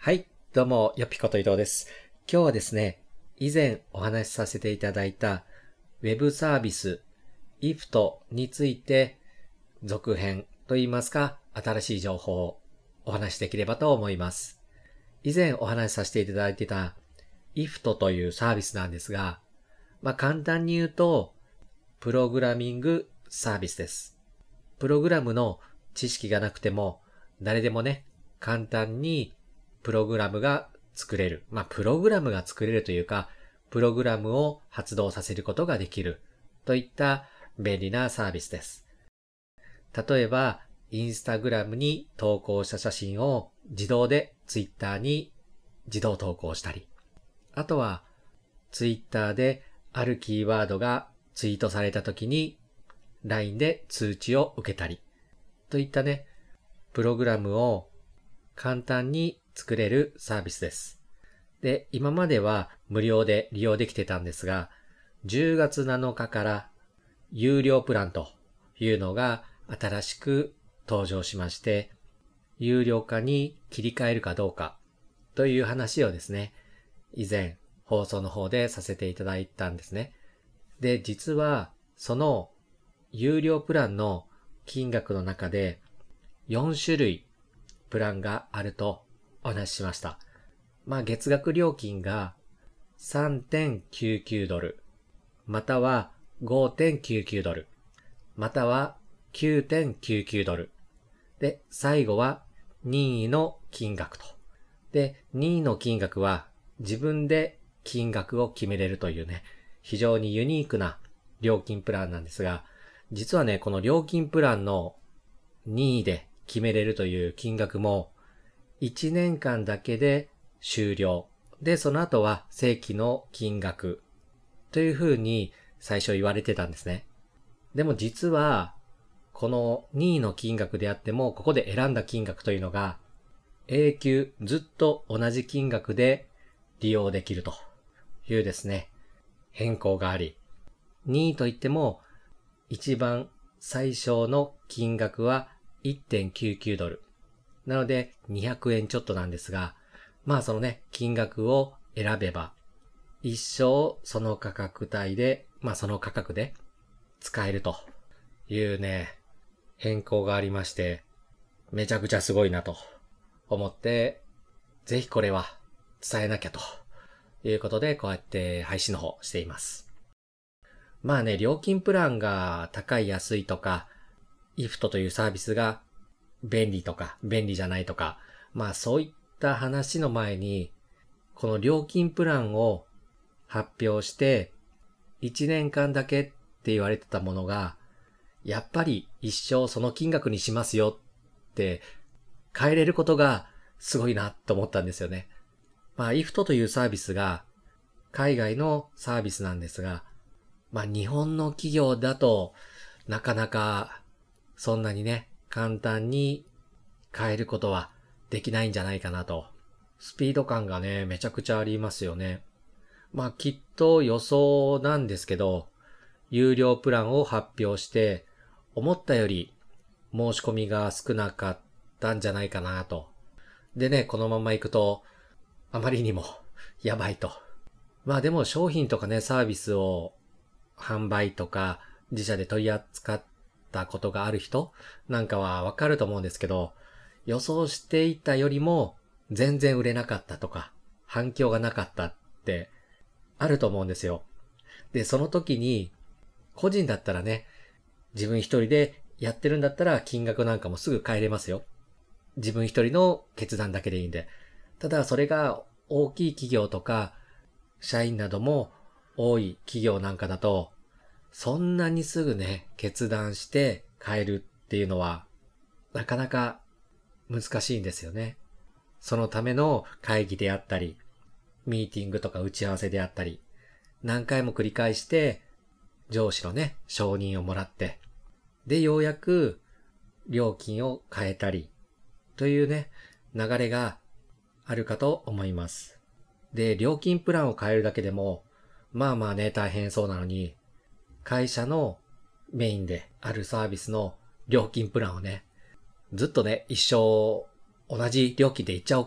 はい、どうも、よっぴこと伊藤です。今日はですね、以前お話しさせていただいたウェブサービス IFT について続編といいますか、新しい情報をお話しできればと思います。以前お話しさせていただいてた IFT というサービスなんですが、簡単に言うと、プログラミングサービスです。プログラムの知識がなくても、誰でもね、簡単にプログラムが作れる。プログラムが作れるというか、プログラムを発動させることができるといった便利なサービスです。例えば、インスタグラムに投稿した写真を自動でツイッターに自動投稿したり、あとはツイッターであるキーワードがツイートされた時に LINE で通知を受けたりといったね、プログラムを簡単に作れるサービスです。で、今までは無料で利用できてたんですが、10月7日から有料プランというのが新しく登場しまして、有料化に切り替えるかどうかという話をですね、以前放送の方でさせていただいたんですね。で、実はその有料プランの金額の中で4種類プランがあるとお話ししました。月額料金が 3.99 ドル、または 5.99 ドル、または 9.99 ドル。で、最後は任意の金額と。で、任意の金額は自分で金額を決めれるというね、非常にユニークな料金プランなんですが、実はね、この料金プランの任意で決めれるという金額も1年間だけで終了。で、その後は正規の金額というふうに最初言われてたんですね。でも実はこの任意の金額であってもここで選んだ金額というのが永久ずっと同じ金額で利用できるというですね、変更があり、任意といっても一番最小の金額は 1.99 ドル。なので200円ちょっとなんですが、そのね、金額を選べば一生その価格帯で、その価格で使えるというね、変更がありまして、めちゃくちゃすごいなと思って、ぜひこれは伝えなきゃということで、こうやって配信の方しています。料金プランが高い安いとか、IFT というサービスが便利とか便利じゃないとか、そういった話の前に、この料金プランを発表して1年間だけって言われてたものが、やっぱり一生その金額にしますよって変えれることがすごいなと思ったんですよね。IFT というサービスが海外のサービスなんですが、日本の企業だとなかなかそんなにね、簡単に変えることはできないんじゃないかなと。スピード感がね、めちゃくちゃありますよね。きっと予想なんですけど、有料プランを発表して、思ったより申し込みが少なかったんじゃないかなと。でね、このまま行くと、あまりにもやばいと。でも商品とかね、サービスを販売とか自社で取り扱ったことがある人なんかはわかると思うんですけど、予想していたよりも全然売れなかったとか、反響がなかったってあると思うんですよ。で、その時に、個人だったらね、自分一人でやってるんだったら金額なんかもすぐ変えれますよ。自分一人の決断だけでいいんで。ただそれが大きい企業とか、社員なども多い企業なんかだと、そんなにすぐね、決断して変えるっていうのは、なかなか難しいんですよね。そのための会議であったり、ミーティングとか打ち合わせであったり、何回も繰り返して、上司のね、承認をもらって、で、ようやく料金を変えたり、というね、流れがあるかと思います。で、料金プランを変えるだけでも、ね、大変そうなのに、会社のメインであるサービスの料金プランをね、ずっとね、一生同じ料金でいっちゃおうかっ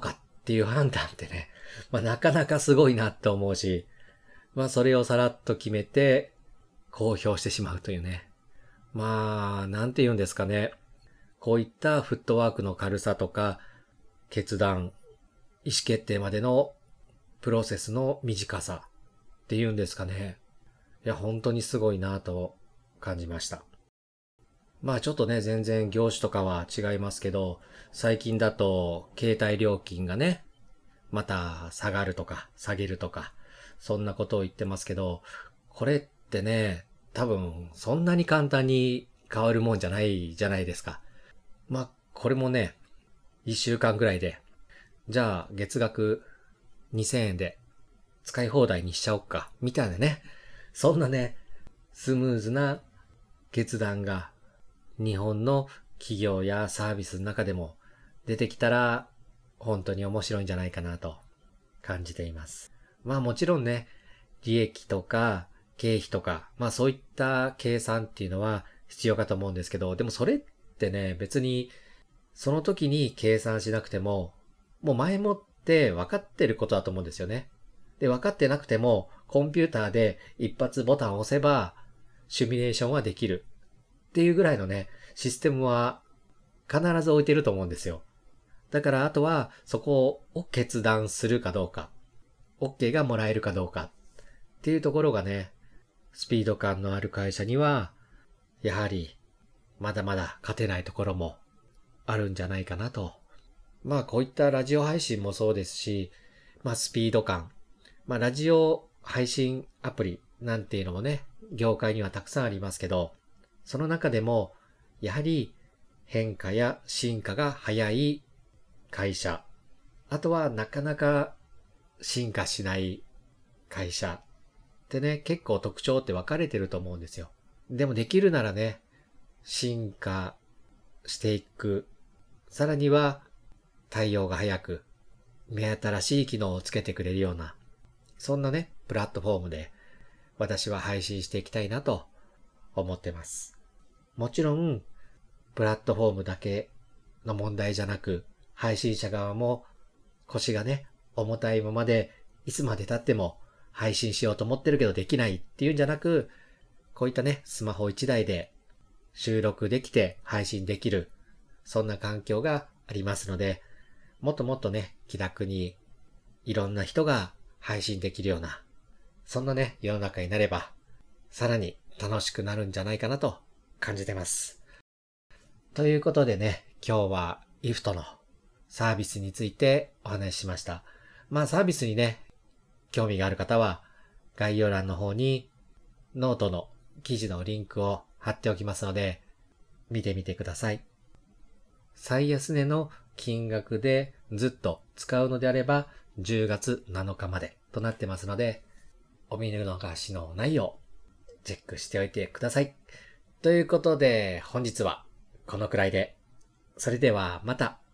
っていう判断ってね、なかなかすごいなって思うし、それをさらっと決めて公表してしまうというね。なんて言うんですかね。こういったフットワークの軽さとか、決断、意思決定までのプロセスの短さっていうんですかね。いや、本当にすごいなと感じました。ちょっとね、全然業種とかは違いますけど、最近だと携帯料金がね、また下がるとか下げるとか、そんなことを言ってますけど、これってね、多分そんなに簡単に変わるもんじゃないじゃないですか。これもね、1週間ぐらいで、じゃあ月額2000円で使い放題にしちゃおっか、みたいなね。そんなね、スムーズな決断が日本の企業やサービスの中でも出てきたら本当に面白いんじゃないかなと感じています。もちろんね、利益とか経費とか、そういった計算っていうのは必要かと思うんですけど、でもそれってね、別にその時に計算しなくても、もう前もって分かってることだと思うんですよね。で、分かってなくても、コンピューターで一発ボタンを押せば、シミュレーションはできる。っていうぐらいのね、システムは必ず置いてると思うんですよ。だからあとは、そこを決断するかどうか、OK がもらえるかどうか、っていうところがね、スピード感のある会社には、やはり、まだまだ勝てないところもあるんじゃないかなと。こういったラジオ配信もそうですし、スピード感。ラジオ配信アプリなんていうのもね、業界にはたくさんありますけど、その中でも、やはり変化や進化が早い会社。あとはなかなか進化しない会社ってね、結構特徴って分かれてると思うんですよ。でもできるならね、進化していく。さらには対応が早く、目新しい機能をつけてくれるような、そんなね、プラットフォームで私は配信していきたいなと思ってます。もちろん、プラットフォームだけの問題じゃなく、配信者側も腰がね、重たいままで、いつまで経っても配信しようと思ってるけどできないっていうんじゃなく、こういったね、スマホ1台で収録できて配信できる、そんな環境がありますので、もっともっとね、気楽にいろんな人が配信できるような、そんなね、世の中になれば、さらに楽しくなるんじゃないかなと感じてます。ということでね、今日は IFT のサービスについてお話ししました。サービスにね、興味がある方は概要欄の方にノートの記事のリンクを貼っておきますので、見てみてください。最安値の金額でずっと使うのであれば10月7日までとなってますので、お見逃しのないようチェックしておいてください。ということで本日はこのくらいで。それではまた。